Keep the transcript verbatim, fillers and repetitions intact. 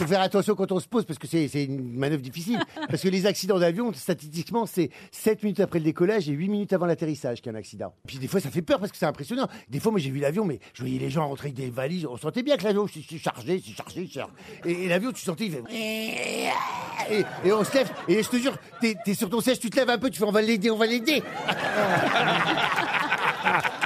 faire attention quand on se pose, parce que c'est c'est une manœuvre difficile. Parce que les accidents d'avion, statistiquement, c'est sept minutes après le décollage et huit minutes avant l'atterrissage qu'il y a un accident. Puis des fois, ça fait peur parce que c'est impressionnant. Des fois, moi, j'ai vu l'avion, mais je voyais les gens rentrer avec des valises. On sentait bien que l'avion, c'est chargé, c'est chargé, c'est chargé. Et, et l'avion, tu sentais, il fait... Et, et on se lève, et je te jure, t'es, t'es sur ton siège, tu te lèves un peu, tu fais on va l'aider, on va l'aider.